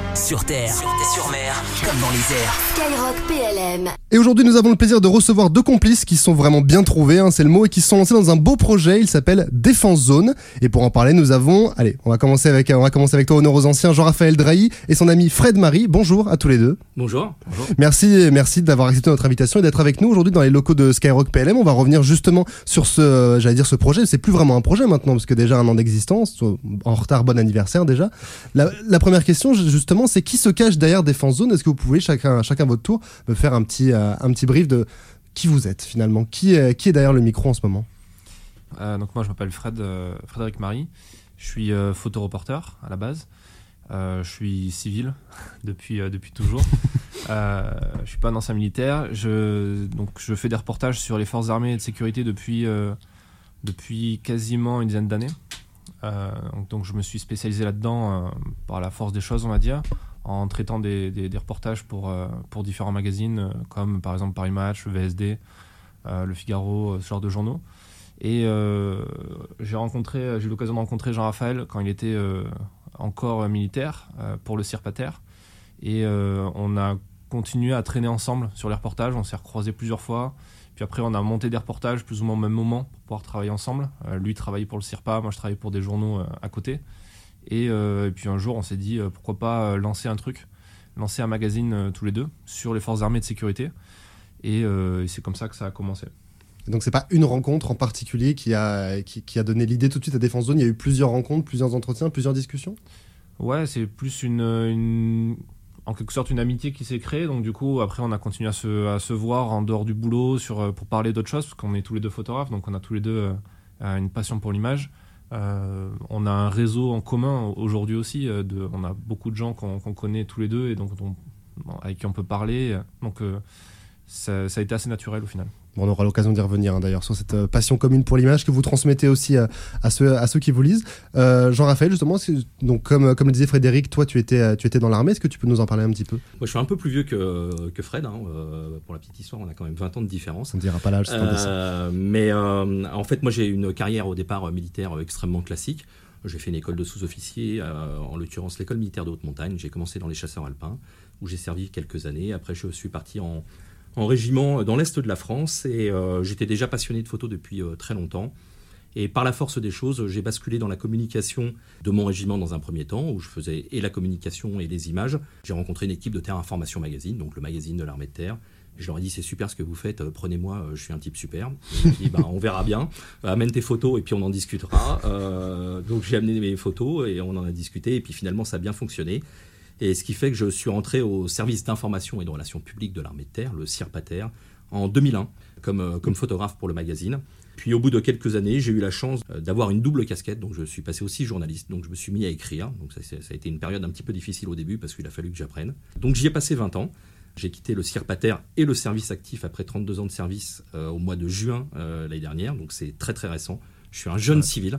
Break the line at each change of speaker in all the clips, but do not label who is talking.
Sur terre, sur mer, comme dans les airs.
Skyrock PLM.
Et aujourd'hui, nous avons le plaisir de recevoir deux complices qui sont vraiment bien trouvés, c'est le mot, et qui se sont lancés dans un beau projet. Il s'appelle Défense Zone. Et pour en parler, nous avons, on va commencer avec toi, honneur aux anciens, Jean-Raphaël Drahi et son ami Fred Marie. Bonjour à tous les deux.
Bonjour.
Merci d'avoir accepté notre invitation et d'être avec nous aujourd'hui dans les locaux de Skyrock PLM. On va revenir justement sur ce projet. C'est plus vraiment un projet maintenant, parce que déjà un an d'existence, en retard, bon anniversaire déjà. La première question, justement, c'est qui se cache derrière Défense Zone? Est-ce que vous pouvez chacun votre tour me faire un petit brief de qui vous êtes finalement, qui est derrière le micro en ce moment?
Donc moi je m'appelle Frédéric Marie, je suis photoreporter à la base, je suis civil depuis toujours, je suis pas un ancien militaire, je fais des reportages sur les forces armées et de sécurité depuis quasiment une dizaine d'années, donc je me suis spécialisé là-dedans par la force des choses, on va dire, en traitant des reportages pour différents magazines comme par exemple Paris Match, le VSD, Le Figaro, ce genre de journaux. Et j'ai eu l'occasion de rencontrer Jean-Raphaël quand il était encore militaire pour le CIRPATER. Et on a continué à traîner ensemble sur les reportages, on s'est recroisés plusieurs fois. Puis après on a monté des reportages plus ou moins au même moment pour pouvoir travailler ensemble. Lui travaillait pour le CIRPA, moi je travaillais pour des journaux à côté. Et puis un jour on s'est dit pourquoi pas lancer un magazine tous les deux sur les forces armées de sécurité, et c'est comme ça que ça a commencé.
Donc c'est pas une rencontre en particulier qui a donné l'idée tout de suite à Défense Zone, il y a eu plusieurs rencontres, plusieurs entretiens, plusieurs discussions? Ouais, c'est plus en quelque sorte une amitié qui s'est créée, donc du coup après on a continué à se voir en dehors du boulot pour parler d'autres choses, parce qu'on est tous les deux photographes, donc on a tous les deux une passion pour l'image. On a un réseau en commun aujourd'hui aussi, on a beaucoup de gens qu'on connaît tous les deux et donc avec qui on peut parler, donc ça a été assez naturel au final. Bon, on aura l'occasion d'y revenir d'ailleurs sur cette passion commune pour l'image que vous transmettez aussi à ceux qui vous lisent. Jean-Raphaël, justement, donc comme le disait Frédéric, toi tu étais dans l'armée, est-ce que tu peux nous en parler un petit peu?
Moi je suis un peu plus vieux que Fred, pour la petite histoire, on a quand même 20 ans de différence.
On ne dira pas l'âge, c'est
mais en fait moi j'ai une carrière au départ militaire extrêmement classique. J'ai fait une école de sous-officier, en l'occurrence l'école militaire de haute montagne. J'ai commencé dans les chasseurs alpins où j'ai servi quelques années. Après je suis parti en régiment dans l'Est de la France et j'étais déjà passionné de photos depuis très longtemps. Et par la force des choses, j'ai basculé dans la communication de mon régiment dans un premier temps, où je faisais et la communication et les images. J'ai rencontré une équipe de Terre Information Magazine, donc le magazine de l'armée de terre. Je leur ai dit, c'est super ce que vous faites, prenez-moi, je suis un type super. Ils m'ont dit, on verra bien, amène tes photos et puis on en discutera. Donc j'ai amené mes photos et on en a discuté, et puis finalement ça a bien fonctionné. Et ce qui fait que je suis rentré au service d'information et de relations publiques de l'armée de terre, le CIRPATER, en 2001, comme photographe pour le magazine. Puis au bout de quelques années, j'ai eu la chance d'avoir une double casquette, donc je suis passé aussi journaliste, donc je me suis mis à écrire. Donc ça a été une période un petit peu difficile au début parce qu'il a fallu que j'apprenne. Donc j'y ai passé 20 ans. J'ai quitté le CIRPATER et le service actif après 32 ans de service au mois de juin l'année dernière, donc c'est très très récent. Je suis un jeune civil.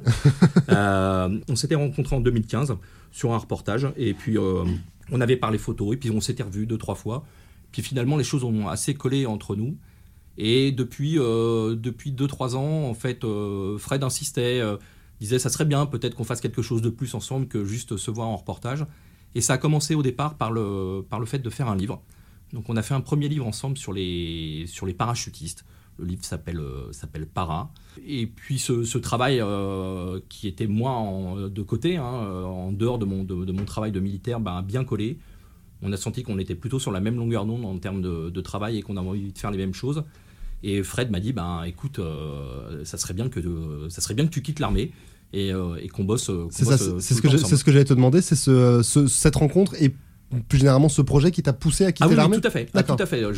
On s'était rencontrés en 2015 sur un reportage et puis on avait parlé photo et puis on s'était revus 2-3 fois. Puis finalement les choses ont assez collé entre nous et depuis 2-3 ans en fait Fred insistait, disait ça serait bien peut-être qu'on fasse quelque chose de plus ensemble que juste se voir en reportage. Et ça a commencé au départ par le fait de faire un livre. Donc on a fait un premier livre ensemble sur les parachutistes. Le livre s'appelle Para. Et puis ce travail qui était moi de côté, en dehors de mon travail de militaire, a bien collé. On a senti qu'on était plutôt sur la même longueur d'onde en termes de travail et qu'on avait envie de faire les mêmes choses. Et Fred m'a dit, écoute, ça serait bien que tu quittes l'armée et qu'on bosse. C'est
ce que j'allais te demander, c'est cette rencontre et plus généralement ce projet qui t'a poussé à quitter l'armée?
Tout à fait. Tout à fait.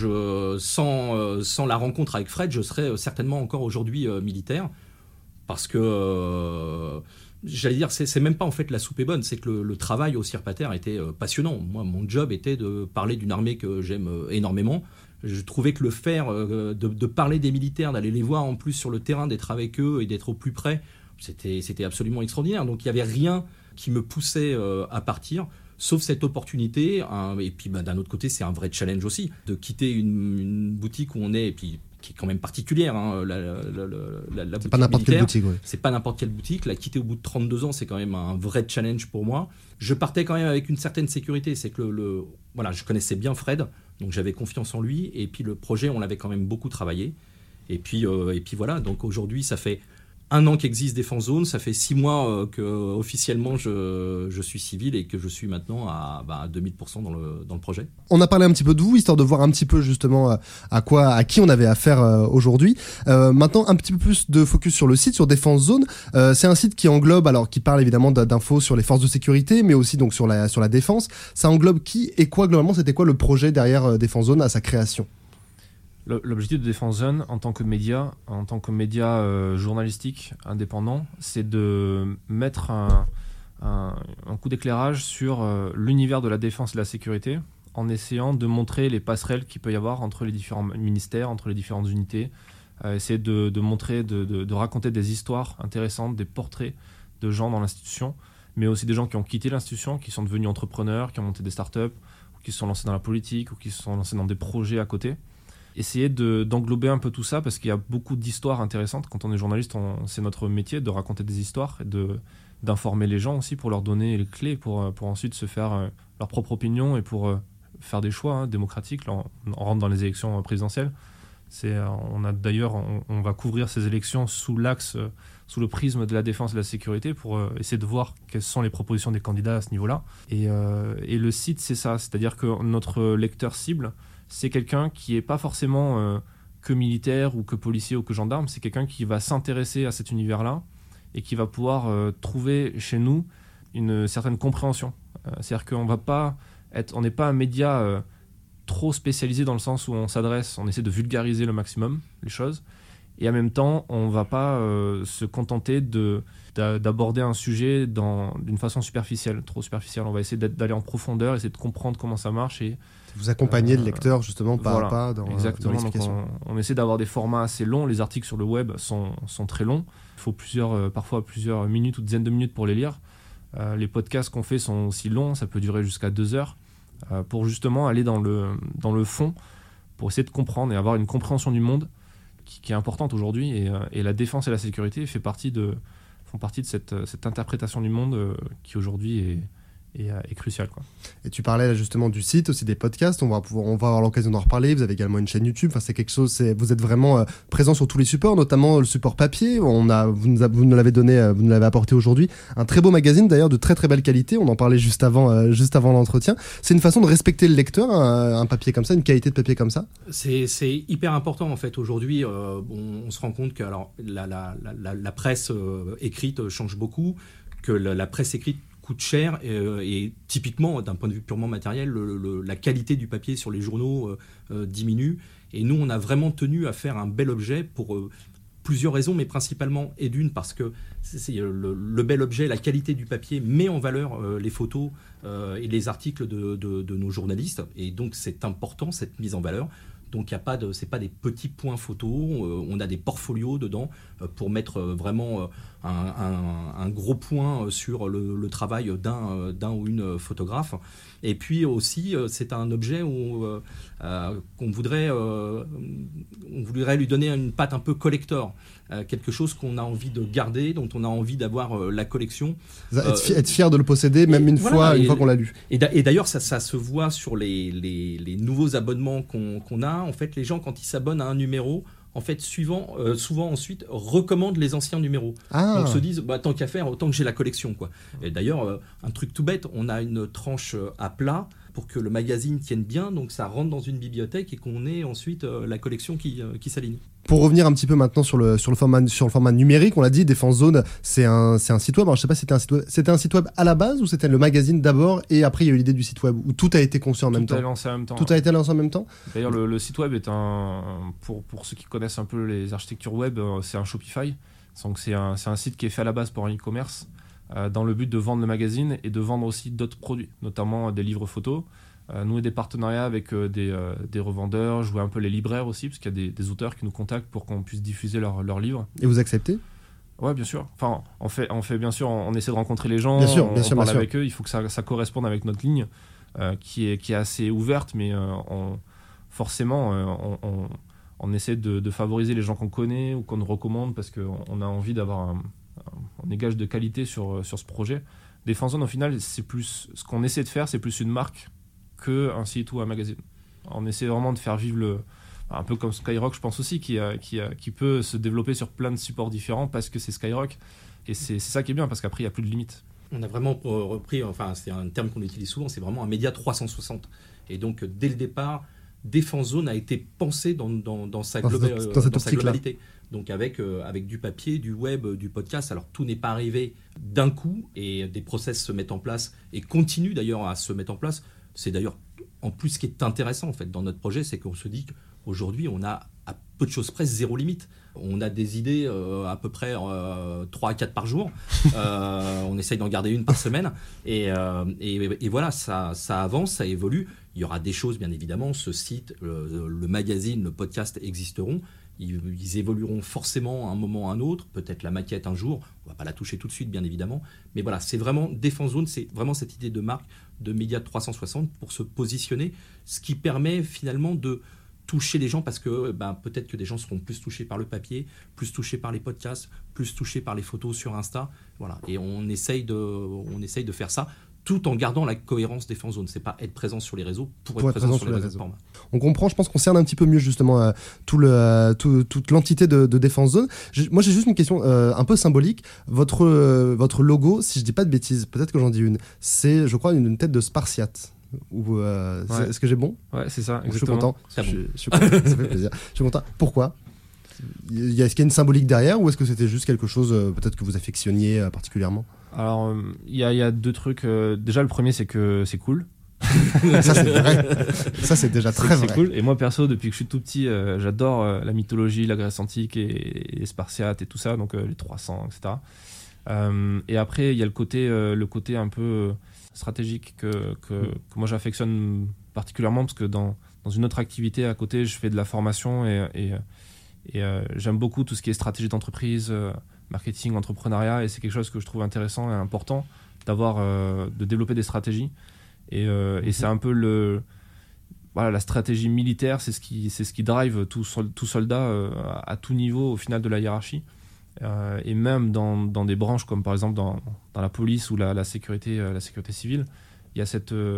Sans la rencontre avec Fred, je serais certainement encore aujourd'hui militaire, parce que j'allais dire, c'est même pas en fait la soupe est bonne, c'est que le travail au CIRPATER était passionnant. Moi, mon job était de parler d'une armée que j'aime énormément. Je trouvais que le faire, de parler des militaires, d'aller les voir en plus sur le terrain, d'être avec eux et d'être au plus près, c'était absolument extraordinaire. Donc il y avait rien qui me poussait à partir. Sauf cette opportunité, et puis d'un autre côté, c'est un vrai challenge aussi, de quitter une boutique où on est, et puis qui est quand même particulière. Hein, la
c'est pas n'importe quelle boutique. Ouais.
C'est pas n'importe quelle boutique. La quitter au bout de 32 ans, c'est quand même un vrai challenge pour moi. Je partais quand même avec une certaine sécurité. C'est que voilà, je connaissais bien Fred, donc j'avais confiance en lui. Et puis le projet, on l'avait quand même beaucoup travaillé. Et puis voilà. Donc aujourd'hui, ça fait 1 an qu'existe Défense Zone, ça fait 6 mois que officiellement je suis civil et que je suis maintenant à 2000% dans le projet.
On a parlé un petit peu de vous, histoire de voir un petit peu justement à qui on avait affaire aujourd'hui. Maintenant, un petit peu plus de focus sur le site, sur Défense Zone. C'est un site qui englobe, alors qui parle évidemment d'infos sur les forces de sécurité, mais aussi donc sur la défense. Ça englobe qui et quoi globalement? C'était quoi le projet derrière Défense Zone à sa création?
L'objectif de Défense Zone en tant que média journalistique indépendant, c'est de mettre un coup d'éclairage sur l'univers de la défense et de la sécurité, en essayant de montrer les passerelles qu'il peut y avoir entre les différents ministères, entre les différentes unités, essayer de montrer, de raconter des histoires intéressantes, des portraits de gens dans l'institution, mais aussi des gens qui ont quitté l'institution, qui sont devenus entrepreneurs, qui ont monté des startups, ou qui se sont lancés dans la politique, ou qui se sont lancés dans des projets à côté. Essayer d'englober un peu tout ça, parce qu'il y a beaucoup d'histoires intéressantes. Quand on est journaliste, c'est notre métier de raconter des histoires et d'informer les gens aussi, pour leur donner les clés pour ensuite se faire leur propre opinion et pour faire des choix démocratiques. Là, on rentre dans les élections présidentielles. On va couvrir ces élections sous le prisme de la défense et de la sécurité, pour essayer de voir quelles sont les propositions des candidats à ce niveau-là. Et le site, c'est ça. C'est-à-dire que notre lecteur cible, c'est quelqu'un qui n'est pas forcément que militaire ou que policier ou que gendarme, c'est quelqu'un qui va s'intéresser à cet univers-là et qui va pouvoir trouver chez nous une certaine compréhension. C'est-à-dire qu'on n'est pas un média trop spécialisé, dans le sens où on essaie de vulgariser le maximum les choses, et en même temps, on ne va pas se contenter d'aborder un sujet d'une façon superficielle, trop superficielle. On va essayer d'aller en profondeur, essayer de comprendre comment ça marche et
vous accompagnez le lecteur justement pas à pas dans l'explication.
Donc on essaie d'avoir des formats assez longs. Les articles sur le web sont très longs. Il faut parfois plusieurs minutes ou dizaines de minutes pour les lire. Les podcasts qu'on fait sont aussi longs, ça peut durer jusqu'à 2 heures, pour justement aller dans le fond, pour essayer de comprendre et avoir une compréhension du monde qui est importante aujourd'hui. Et la défense et la sécurité font partie de cette interprétation du monde qui aujourd'hui est crucial, quoi.
Et tu parlais là justement du site, aussi des podcasts, on va avoir l'occasion d'en reparler. Vous avez également une chaîne YouTube, c'est quelque chose, vous êtes vraiment présent sur tous les supports, notamment le support papier. Vous nous l'avez apporté aujourd'hui, un très beau magazine d'ailleurs, de très très belle qualité. On en parlait juste avant l'entretien. C'est une façon de respecter le lecteur, un papier comme ça, une qualité de papier comme ça.
C'est hyper important en fait. Aujourd'hui, on se rend compte que alors, la presse écrite change beaucoup, que la presse écrite coûte cher, et typiquement d'un point de vue purement matériel, la qualité du papier sur les journaux diminue, et nous on a vraiment tenu à faire un bel objet pour plusieurs raisons, mais principalement et d'une parce que c'est le bel objet, la qualité du papier met en valeur les photos et les articles de nos journalistes, et donc c'est important cette mise en valeur. Donc c'est pas des petits points photos, on a des portfolios dedans pour mettre vraiment un gros point sur le travail d'un ou une photographe. Et puis aussi, c'est un objet qu'on voudrait lui donner une patte un peu collector, quelque chose qu'on a envie de garder, dont on a envie d'avoir la collection.
Être fier de le posséder, même une fois qu'on l'a lu.
Et d'ailleurs, ça se voit sur les nouveaux abonnements qu'on a. En fait, les gens, quand ils s'abonnent à un numéro, en fait, souvent ensuite recommandent les anciens numéros. Donc se disent, tant qu'à faire, autant que j'ai la collection, quoi. Et d'ailleurs, un truc tout bête, on a une tranche à plat pour que le magazine tienne bien, donc ça rentre dans une bibliothèque et qu'on ait ensuite la collection qui s'aligne.
Pour revenir un petit peu maintenant sur le format numérique, on l'a dit, Défense Zone, c'est un site web. Alors, je sais pas si c'était un site web à la base, ou c'était le magazine d'abord et après il y a eu l'idée du site web, où tout a été conçu en même temps. Tout a été lancé en même temps.
D'ailleurs, le site web est pour ceux qui connaissent un peu les architectures web, c'est un Shopify. Donc c'est un site qui est fait à la base pour un e-commerce, dans le but de vendre le magazine et de vendre aussi d'autres produits, notamment des livres photos. Nouer des partenariats avec des revendeurs, jouer un peu les libraires aussi, parce qu'il y a des auteurs qui nous contactent pour qu'on puisse diffuser leurs livres.
Et vous acceptez ?
Ouais, bien sûr. Enfin, on fait bien sûr, on essaie de rencontrer les gens, on parle avec eux. Il faut que ça corresponde avec notre ligne, qui est assez ouverte, mais forcément, on essaie de favoriser les gens qu'on connaît ou qu'on nous recommande parce qu'on a envie d'avoir un gage de qualité sur ce projet. Défense Zone, au final, c'est plus, ce qu'on essaie de faire, c'est plus une marque qu'un site ou un magazine. On essaie vraiment de faire vivre un peu comme Skyrock, je pense aussi, qui peut se développer sur plein de supports différents parce que c'est Skyrock. Et c'est ça qui est bien, parce qu'après, il n'y a plus de limites.
On a vraiment repris, enfin, c'est un terme qu'on utilise souvent, c'est vraiment un média 360. Et donc, dès le départ, Défense Zone a été pensé dans sa globalité. Donc, avec du papier, du web, du podcast. Alors, tout n'est pas arrivé d'un coup, et des process se mettent en place, et continuent d'ailleurs à se mettre en place. C'est d'ailleurs, en plus, ce qui est intéressant, en fait, dans notre projet, c'est qu'on se dit qu'aujourd'hui, on a, à peu de choses près, zéro limite. On a des idées à peu près 3 à 4 par jour. On essaye d'en garder une par semaine. Et voilà, ça avance, ça évolue. Il y aura des choses, bien évidemment. Ce site, le magazine, le podcast existeront. Ils évolueront forcément à un moment ou à un autre. Peut-être la maquette un jour. On ne va pas la toucher tout de suite, bien évidemment. Mais voilà, c'est vraiment Défense Zone. C'est vraiment cette idée de marque, de média 360 pour se positionner. Ce qui permet finalement de toucher les gens, parce que peut-être que des gens seront plus touchés par le papier, plus touchés par les podcasts, plus touchés par les photos sur Insta. Voilà. Et on essaye de faire ça tout en gardant la cohérence Défense Zone. C'est pas être présent sur les réseaux pour être présent sur les réseaux.
On comprend, je pense qu'on cerne un petit peu mieux justement toute l'entité de Défense Zone. Moi j'ai juste une question un peu symbolique. Votre logo, si je dis pas de bêtises, peut-être que j'en dis une, c'est je crois une tête de Spartiate. Est-ce que j'ai bon ?
Ouais, c'est ça, exactement.
Je suis content. Je suis content. Ça fait plaisir. Je suis content. Pourquoi ? Est-ce qu'il y a une symbolique derrière, ou est-ce que c'était juste quelque chose peut-être que vous affectionniez particulièrement ?
Alors, il y a 2 trucs. Déjà, le premier, c'est que c'est cool.
Ça, c'est vrai. Ça, c'est déjà très vrai.
C'est cool. Et moi, perso, depuis que je suis tout petit, j'adore la mythologie, la Grèce antique et les Spartiates et tout ça, donc les 300, etc. Et après, il y a le côté un peu stratégique que moi j'affectionne particulièrement, parce que dans une autre activité à côté, je fais de la formation et j'aime beaucoup tout ce qui est stratégie d'entreprise, marketing, entrepreneuriat, et c'est quelque chose que je trouve intéressant et important de développer des stratégies. Et c'est un peu la stratégie militaire, c'est ce qui drive tout soldat à tout niveau au final de la hiérarchie. Et même dans des branches comme par exemple dans la police ou la sécurité civile, il y a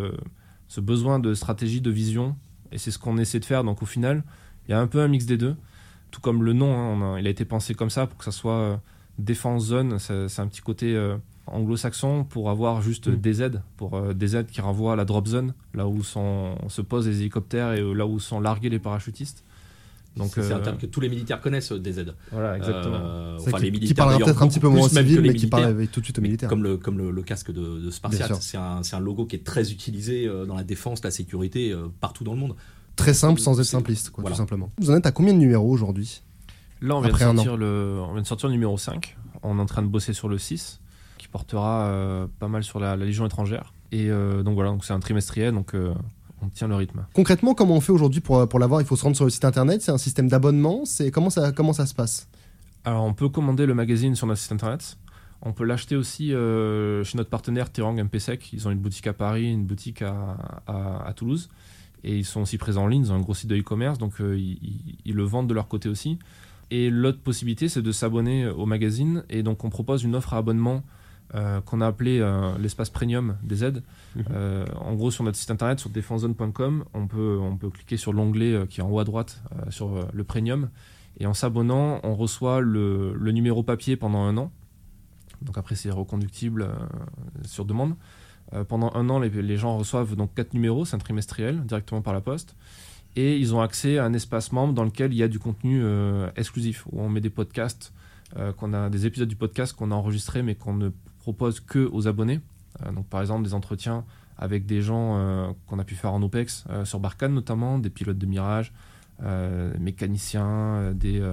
ce besoin de stratégie, de vision, et c'est ce qu'on essaie de faire. Donc au final, il y a un peu un mix des deux, tout comme le nom, il a été pensé comme ça pour que ça soit Défense Zone. C'est un petit côté anglo-saxon pour avoir juste DZ, pour DZ qui renvoie à la drop zone, là où se posent les hélicoptères et là où sont largués les parachutistes. Donc,
c'est un terme que tous les militaires connaissent, DZ.
Voilà, exactement.
Les militaires, qui parlera peut-être un petit peu moins civil, mais qui parle tout de suite aux militaires.
Comme le casque de Spartiate. C'est un logo qui est très utilisé dans la défense, la sécurité, partout dans le monde.
Très simple, sans être simpliste, quoi, voilà. Tout simplement. Vous en êtes à combien de numéros aujourd'hui ?
Là, on vient de sortir le numéro 5. On est en train de bosser sur le 6, qui portera pas mal sur la Légion étrangère. Et donc voilà, donc c'est un trimestriel, donc on tient le rythme.
Concrètement, comment on fait aujourd'hui pour l'avoir ? Il faut se rendre sur le site internet, c'est un système d'abonnement, comment ça se passe ?
Alors on peut commander le magazine sur notre site internet. On peut l'acheter aussi chez notre partenaire Terang MP-Sec. Ils ont une boutique à Paris, une boutique à Toulouse. Et ils sont aussi présents en ligne, ils ont un gros site de e-commerce, donc ils le vendent de leur côté aussi. Et l'autre possibilité, c'est de s'abonner au magazine. Et donc on propose une offre à abonnement qu'on a appelée l'espace premium des aides. En gros, sur notre site internet, sur defensezone.com, on peut cliquer sur l'onglet qui est en haut à droite sur le premium. Et en s'abonnant, on reçoit le numéro papier pendant 1 an. Donc après, c'est reconductible sur demande. Pendant 1 an, les gens reçoivent donc 4 numéros, c'est un trimestriel, directement par la poste. Et ils ont accès à un espace membre dans lequel il y a du contenu exclusif, où on met des podcasts, des épisodes du podcast qu'on a enregistrés, mais qu'on ne propose que aux abonnés. Donc par exemple, des entretiens avec des gens qu'on a pu faire en OPEX, sur Barkhane notamment, des pilotes de Mirage, mécaniciens,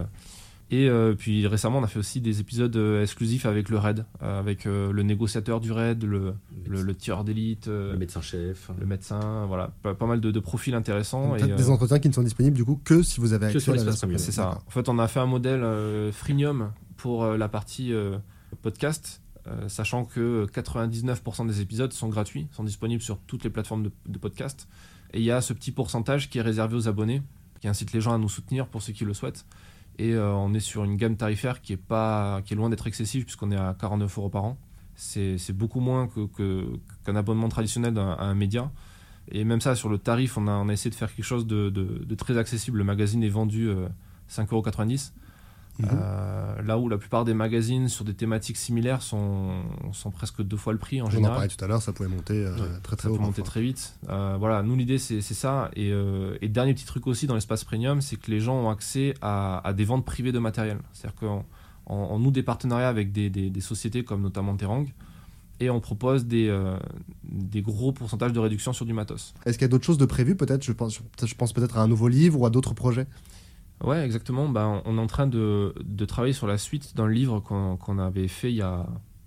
Et puis récemment, on a fait aussi des épisodes exclusifs avec le RAID, avec le négociateur du RAID, le tireur d'élite,
le médecin-chef.
Le médecin, voilà, pas mal de profils intéressants.
Et des entretiens qui ne sont disponibles du coup que si vous avez accès à la version.
C'est ça. En fait, on a fait un modèle freemium pour la partie podcast, sachant que 99% des épisodes sont gratuits, sont disponibles sur toutes les plateformes de podcast. Et il y a ce petit pourcentage qui est réservé aux abonnés, qui incite les gens à nous soutenir pour ceux qui le souhaitent. Et on est sur une gamme tarifaire qui est loin d'être excessive, puisqu'on est à 49 € par an. C'est beaucoup moins qu'un abonnement traditionnel à un média. Et même ça, sur le tarif, on a essayé de faire quelque chose de très accessible. Le magazine est vendu 5,90 €. Là où la plupart des magazines sur des thématiques similaires sont presque 2 fois le prix en général.
On en parlait tout à l'heure, ça pouvait monter très haut.
Ça peut monter très vite. Voilà, nous l'idée c'est ça. Et dernier petit truc aussi dans l'espace premium, c'est que les gens ont accès à des ventes privées de matériel. C'est-à-dire qu'on noue des partenariats avec des sociétés comme notamment Terang, et on propose des gros pourcentages de réduction sur du matos.
Est-ce qu'il y a d'autres choses de prévues peut-être ? Je pense peut-être à un nouveau livre ou à d'autres projets.
Ouais, exactement. On est en train de travailler sur la suite d'un livre qu'on avait fait il y a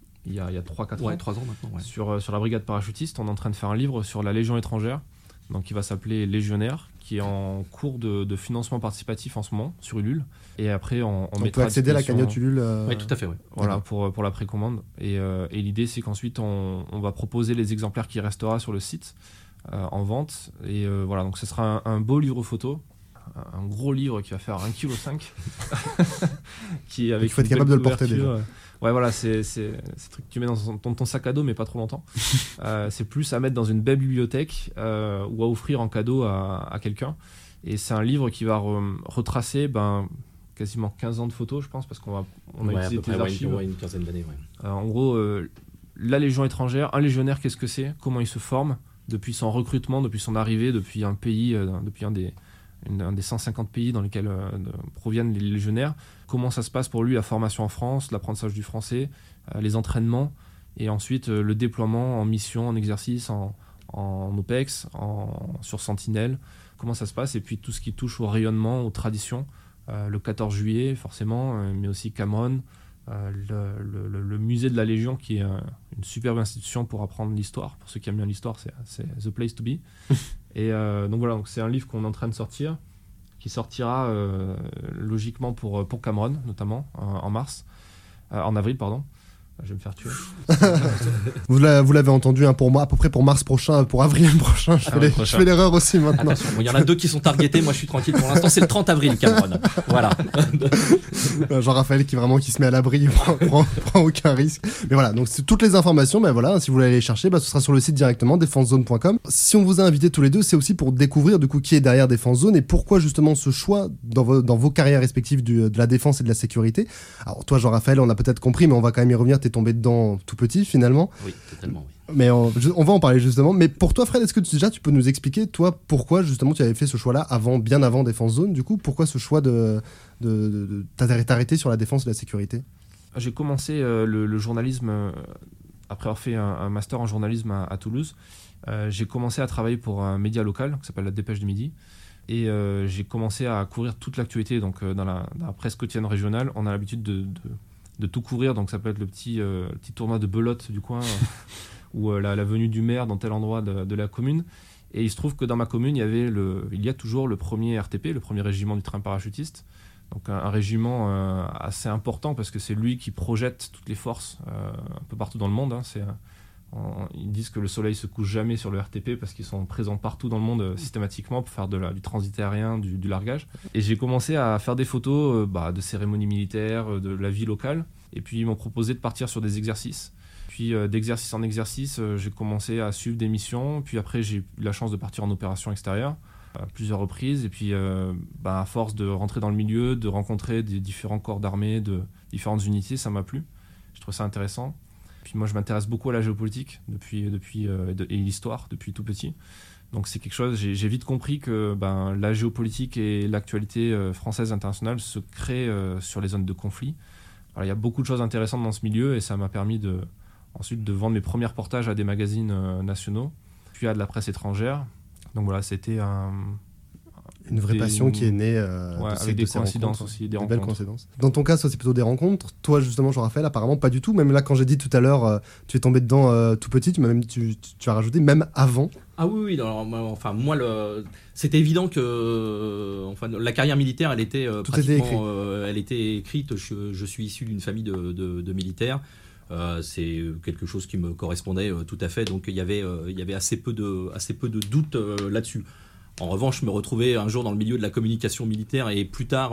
3-4 ans.
3 ans maintenant. Ouais.
Sur la brigade parachutiste. On est en train de faire un livre sur la Légion étrangère, donc qui va s'appeler Légionnaire, qui est en cours de financement participatif en ce moment sur Ulule. Et après, on
peut accéder à la cagnotte Ulule.
Oui, tout à fait. Ouais.
Voilà, pour la précommande. Et l'idée, c'est qu'ensuite, on va proposer les exemplaires qui restera sur le site en vente. Et voilà, donc ce sera un beau livre photo. Un gros livre qui va faire 1,5 kg. Qui avec
il faut être capable de le porter déjà.
Ouais, voilà, c'est ce truc que tu mets dans ton sac à dos, mais pas trop longtemps. C'est plus à mettre dans une belle bibliothèque ou à offrir en cadeau à quelqu'un. Et c'est un livre qui va retracer quasiment 15 ans de photos, je pense, parce qu'on a utilisé tes archives.
Une quinzaine d'années, ouais.
En gros, la Légion étrangère, un légionnaire, qu'est-ce que c'est ? Comment il se forme depuis son recrutement, depuis son arrivée, depuis un pays, depuis un des 150 pays dans lesquels proviennent les légionnaires. Comment ça se passe pour lui, la formation en France, l'apprentissage du français, les entraînements, et ensuite le déploiement en mission, en exercice, en OPEX, sur Sentinelle. Comment ça se passe ? Et puis tout ce qui touche au rayonnement, aux traditions. Le 14 juillet, forcément, mais aussi Cameron, le musée de la Légion, qui est une superbe institution pour apprendre l'histoire. Pour ceux qui aiment bien l'histoire, c'est the place to be. Et donc voilà, c'est un livre qu'on est en train de sortir, qui sortira logiquement pour Cameron, notamment, en avril, pardon. Je vais me faire tuer.
Vous l'avez entendu, pour moi, à peu près pour mars prochain, pour avril prochain. Je fais l'erreur aussi maintenant.
Attention, il y en a 2 qui sont targetés, moi je suis tranquille pour l'instant, c'est le 30 avril, Cameron. Voilà.
Jean-Raphaël qui se met à l'abri, il prend aucun risque. Mais voilà, donc toutes les informations, si vous voulez aller les chercher, ce sera sur le site directement, défensezone.com. Si on vous a invités tous les deux, c'est aussi pour découvrir du coup qui est derrière Défense Zone et pourquoi justement ce choix dans vos carrières respectives de la défense et de la sécurité. Alors toi, Jean-Raphaël, on a peut-être compris, mais on va quand même y revenir. T'es tombé dedans tout petit finalement.
Oui, totalement, oui.
Mais on va en parler justement. Mais pour toi, Fred, est-ce que déjà tu peux nous expliquer, toi, pourquoi justement tu avais fait ce choix-là bien avant Défense Zone, du coup, pourquoi ce choix de t'arrêter sur la défense et la sécurité ?
J'ai commencé le journalisme après avoir fait un master en journalisme à Toulouse. J'ai commencé à travailler pour un média local qui s'appelle La Dépêche du Midi. Et j'ai commencé à couvrir toute l'actualité. Donc dans la presse quotidienne régionale, on a l'habitude de tout couvrir, donc ça peut être le petit tournoi de belote du coin ou la venue du maire dans tel endroit de la commune. Et il se trouve que dans ma commune, il y a toujours le premier RTP, le premier régiment du train parachutiste. Donc un régiment assez important parce que c'est lui qui projette toutes les forces un peu partout dans le monde. Ils disent que le soleil se couche jamais sur le RTP parce qu'ils sont présents partout dans le monde systématiquement pour faire du transit aérien, du largage. Et j'ai commencé à faire des photos de cérémonies militaires, de la vie locale. Et puis ils m'ont proposé de partir sur des exercices. Puis d'exercice en exercice, j'ai commencé à suivre des missions. Puis après, j'ai eu la chance de partir en opération extérieure à plusieurs reprises. Et puis à force de rentrer dans le milieu, de rencontrer des différents corps d'armée, de différentes unités, ça m'a plu. Je trouve ça intéressant. Puis moi, je m'intéresse beaucoup à la géopolitique et l'histoire depuis tout petit. Donc c'est quelque chose, j'ai vite compris que la géopolitique et l'actualité française et internationale se créent sur les zones de conflit. Alors, il y a beaucoup de choses intéressantes dans ce milieu et ça m'a permis ensuite de vendre mes premiers reportages à des magazines nationaux, puis à de la presse étrangère. Donc voilà, c'était
une vraie passion qui est née
avec des coïncidences aussi, des
belles coïncidences. Dans ton cas, ça c'est plutôt des rencontres. Toi justement, Jean-Raphaël, apparemment pas du tout. Même là, quand j'ai dit tout à l'heure, tu es tombé dedans tout petit. Tu m'as même tu as rajouté même avant.
Ah oui. Alors, moi, c'était évident que la carrière militaire, elle était elle était écrite. Je suis issu d'une famille de militaires. C'est quelque chose qui me correspondait tout à fait. Donc il y avait assez peu de doutes là-dessus. En revanche, me retrouver un jour dans le milieu de la communication militaire et plus tard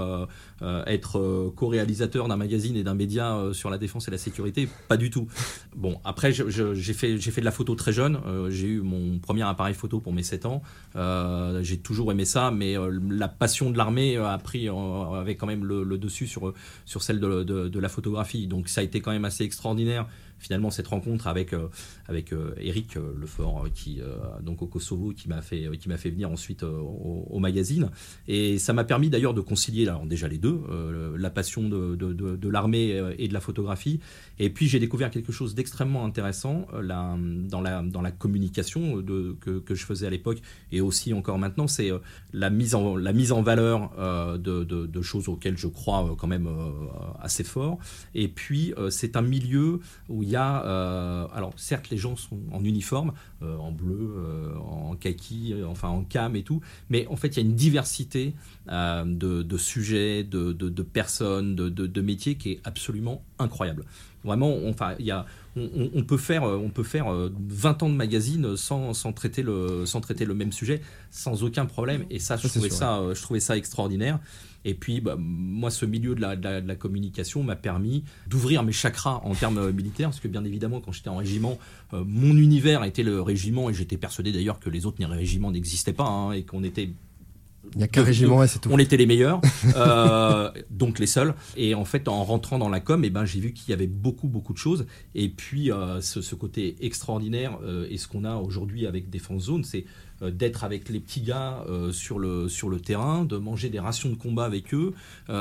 être co-réalisateur d'un magazine et d'un média sur la défense et la sécurité, pas du tout. Bon, après, j'ai fait de la photo très jeune. J'ai eu mon premier appareil photo pour mes 7 ans. J'ai toujours aimé ça, mais la passion de l'armée avait quand même le dessus sur celle de la photographie. Donc ça a été quand même assez extraordinaire. Finalement, cette rencontre avec Eric Lefort, qui donc au Kosovo, qui m'a fait venir ensuite au magazine, et ça m'a permis d'ailleurs de concilier alors déjà les deux, la passion de l'armée et de la photographie, et puis j'ai découvert quelque chose d'extrêmement intéressant dans la communication que je faisais à l'époque et aussi encore maintenant, c'est la mise en valeur de choses auxquelles je crois quand même assez fort, et puis c'est un milieu où il y a, alors certes les gens sont en uniforme, en bleu, en kaki, enfin en cam et tout, mais en fait il y a une diversité de sujets, de personnes, de métiers qui est absolument incroyable. Vraiment, enfin, on peut faire 20 ans de magazine sans traiter le même sujet, sans aucun problème, et ça, je trouvais ça extraordinaire. Et puis, moi, ce milieu de la communication m'a permis d'ouvrir mes chakras en termes militaires, parce que bien évidemment, quand j'étais en régiment, mon univers était le régiment, et j'étais persuadé d'ailleurs que les autres régiments n'existaient pas, hein, et qu'on était...
Il n'y a qu'un régiment, c'est tout.
On était les meilleurs, donc les seuls. Et en fait, en rentrant dans la com, j'ai vu qu'il y avait beaucoup de choses. Et puis, ce côté extraordinaire, et ce qu'on a aujourd'hui avec Défense Zone, c'est d'être avec les petits gars sur le terrain, de manger des rations de combat avec eux,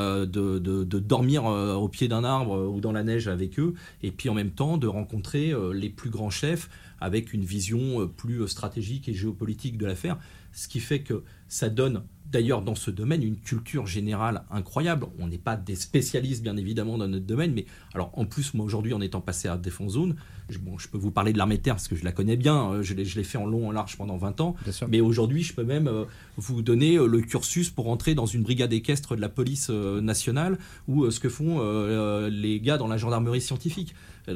de dormir au pied d'un arbre ou dans la neige avec eux, et puis en même temps de rencontrer les plus grands chefs avec une vision plus stratégique et géopolitique de l'affaire, ce qui fait que ça donne d'ailleurs dans ce domaine une culture générale incroyable. On n'est pas des spécialistes bien évidemment dans notre domaine, mais alors en plus moi aujourd'hui en étant passé à Défense Zone, je peux vous parler de l'armée de terre parce que je la connais bien, je l'ai fait en long en large pendant 20 ans, mais aujourd'hui je peux même vous donner le cursus pour entrer dans une brigade équestre de la police nationale ou ce que font les gars dans la gendarmerie scientifique.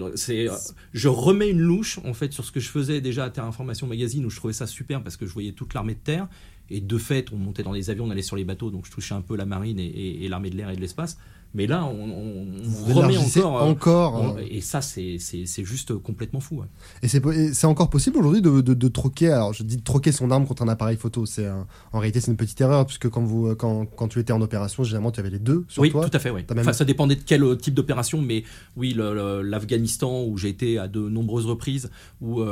Je remets une louche en fait sur ce que je faisais déjà à Terre Information Magazine, où je trouvais ça super parce que je voyais toute l'armée de terre, et de fait on montait dans les avions, on allait sur les bateaux, donc je touchais un peu la marine et l'armée de l'air et de l'espace. Mais là, on remet encore et ça, c'est juste complètement fou. Ouais.
Et c'est encore possible aujourd'hui de troquer. Alors, je dis de troquer son arme contre un appareil photo. En réalité, c'est une petite erreur, puisque quand tu étais en opération, généralement, tu avais les deux sur toi.
Oui, tout à fait. Oui. Enfin, ça dépendait de quel type d'opération, mais oui, l'Afghanistan, où j'ai été à de nombreuses reprises, ou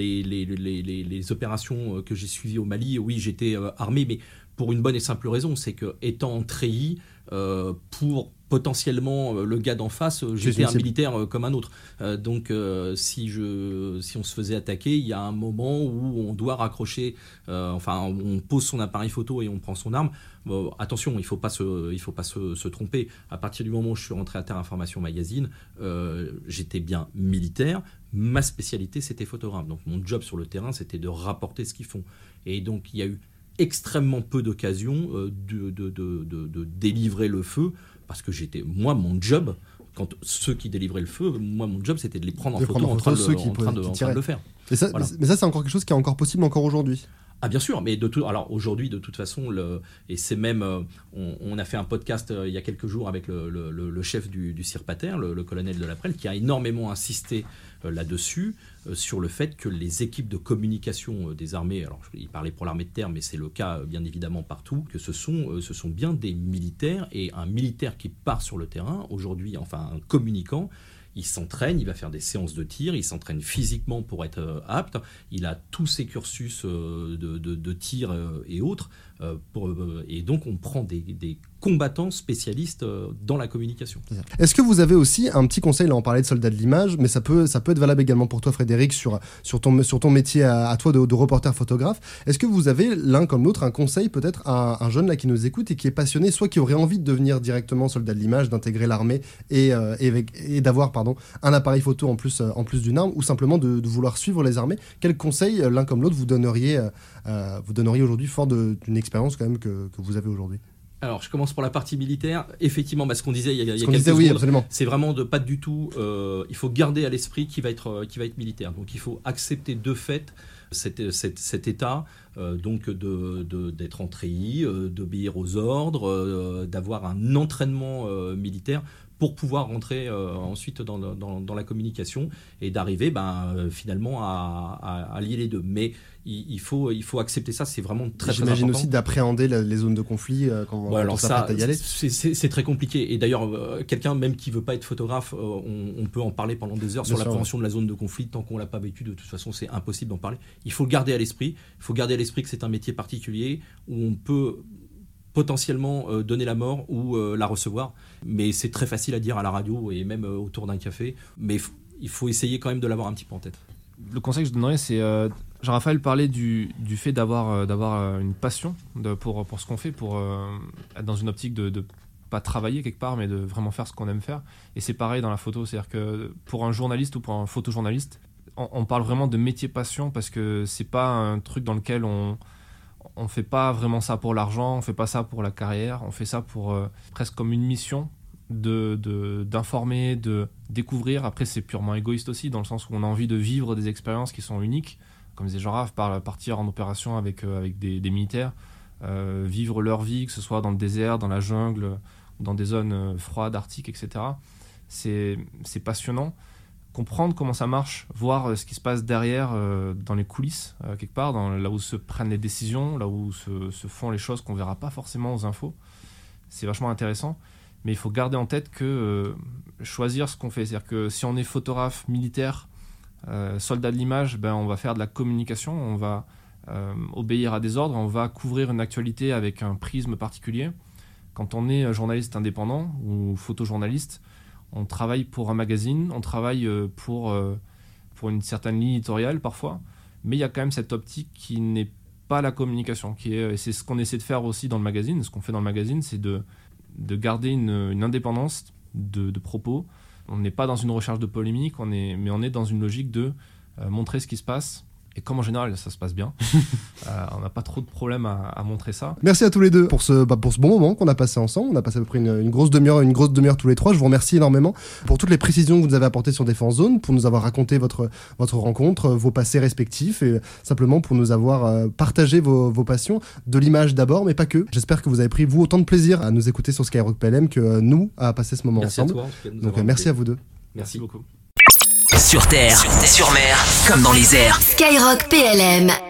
les opérations que j'ai suivies au Mali, oui, j'étais armé, mais pour une bonne et simple raison, c'est que étant en treillis, pour potentiellement le gars d'en face, j'étais un militaire comme un autre. Donc si on se faisait attaquer, il y a un moment où on doit raccrocher, on pose son appareil photo et on prend son arme. Attention, il faut pas se tromper. À partir du moment où je suis rentré à Terre Information Magazine, j'étais bien militaire. Ma spécialité, c'était photographe. Donc mon job sur le terrain, c'était de rapporter ce qu'ils font. Et donc il y a eu extrêmement peu d'occasions de délivrer le feu, parce que mon job, quand ceux qui délivraient le feu, mon job c'était de les prendre en photo en train de le faire.
Mais ça, c'est encore quelque chose qui est encore possible encore aujourd'hui.
Ah bien sûr, mais alors aujourd'hui de toute façon, et c'est même, on a fait un podcast il y a quelques jours avec le chef du CIRPATER, le colonel de Laprelle, qui a énormément insisté là-dessus, sur le fait que les équipes de communication des armées, alors il parlait pour l'armée de terre, mais c'est le cas bien évidemment partout, que ce sont bien des militaires, et un militaire qui part sur le terrain, aujourd'hui, enfin un communicant, il s'entraîne, il va faire des séances de tir, il s'entraîne physiquement pour être apte, il a tous ses cursus de tir et autres, et donc on prend des combattants spécialistes dans la communication.
Est-ce que vous avez aussi un petit conseil, là on parlait de soldats de l'image, mais ça peut être valable également pour toi Frédéric, sur ton métier à toi de reporter photographe. Est-ce que vous avez l'un comme l'autre un conseil peut-être à un jeune là qui nous écoute et qui est passionné, soit qui aurait envie de devenir directement soldat de l'image, d'intégrer l'armée et d'avoir un appareil photo en plus d'une arme, ou simplement de vouloir suivre les armées? Quel conseil l'un comme l'autre vous donneriez aujourd'hui, fort d'une expérience quand même que vous avez aujourd'hui?
Alors, je commence pour la partie militaire. Effectivement, ce qu'on disait il y a quelques secondes,
oui, absolument.
C'est vraiment de pas du tout. Il faut garder à l'esprit qu'il va être militaire. Donc, il faut accepter de fait cet état donc d'être en treillis, d'obéir aux ordres, d'avoir un entraînement militaire pour pouvoir rentrer ensuite dans la communication et d'arriver finalement à lier les deux. Mais il faut accepter ça, c'est vraiment très important.
J'imagine aussi d'appréhender les zones de conflit quand on s'apprête à y aller.
C'est très compliqué. Et d'ailleurs, quelqu'un même qui ne veut pas être photographe, on peut en parler pendant des heures sur l'appréhension de la zone de conflit. Tant qu'on ne l'a pas vécu, de toute façon, c'est impossible d'en parler. Il faut le garder à l'esprit. Il faut garder à l'esprit que c'est un métier particulier où on peut potentiellement donner la mort ou la recevoir. Mais c'est très facile à dire à la radio et même autour d'un café. Mais il faut essayer quand même de l'avoir un petit peu en tête.
Le conseil que je donnerais, c'est... Jean-Raphaël parlait du fait d'avoir une passion pour ce qu'on fait, pour être dans une optique de pas travailler quelque part, mais de vraiment faire ce qu'on aime faire. Et c'est pareil dans la photo. C'est-à-dire que pour un journaliste ou pour un photojournaliste, on parle vraiment de métier passion parce que c'est pas un truc dans lequel on fait pas vraiment ça pour l'argent, on fait pas ça pour la carrière, on fait ça pour presque comme une mission d'informer, de découvrir. Après, c'est purement égoïste aussi, dans le sens où on a envie de vivre des expériences qui sont uniques, comme disait Jean-Raph, partir en opération avec des militaires, vivre leur vie, que ce soit dans le désert, dans la jungle, dans des zones froides, arctiques, etc. C'est passionnant. Comprendre comment ça marche, voir ce qui se passe derrière, dans les coulisses, quelque part, là où se prennent les décisions, là où se font les choses qu'on ne verra pas forcément aux infos. C'est vachement intéressant, mais il faut garder en tête que choisir ce qu'on fait. C'est-à-dire que si on est photographe militaire, soldat de l'image, on va faire de la communication, on va obéir à des ordres, on va couvrir une actualité avec un prisme particulier. Quand on est journaliste indépendant ou photojournaliste, on travaille pour un magazine, on travaille pour une certaine ligne éditoriale parfois, mais il y a quand même cette optique qui n'est pas la communication, et c'est ce qu'on essaie de faire aussi dans le magazine. Ce qu'on fait dans le magazine, c'est de garder une indépendance de propos. On n'est pas dans une recherche de polémique, mais on est dans une logique de montrer ce qui se passe. Et comme en général, ça se passe bien, on n'a pas trop de problèmes à montrer ça.
Merci à tous les deux pour ce bon moment qu'on a passé ensemble. On a passé à peu près une grosse demi-heure tous les trois. Je vous remercie énormément pour toutes les précisions que vous nous avez apportées sur Défense Zone, pour nous avoir raconté votre rencontre, vos passés respectifs, et simplement pour nous avoir partagé vos passions, de l'image d'abord, mais pas que. J'espère que vous avez pris, vous, autant de plaisir à nous écouter sur Skyrock PLM que nous, à passer ce moment ensemble.
Merci à toi.
Donc merci à vous deux.
Merci beaucoup.
Sur terre, sur mer, comme dans les airs.
Skyrock PLM.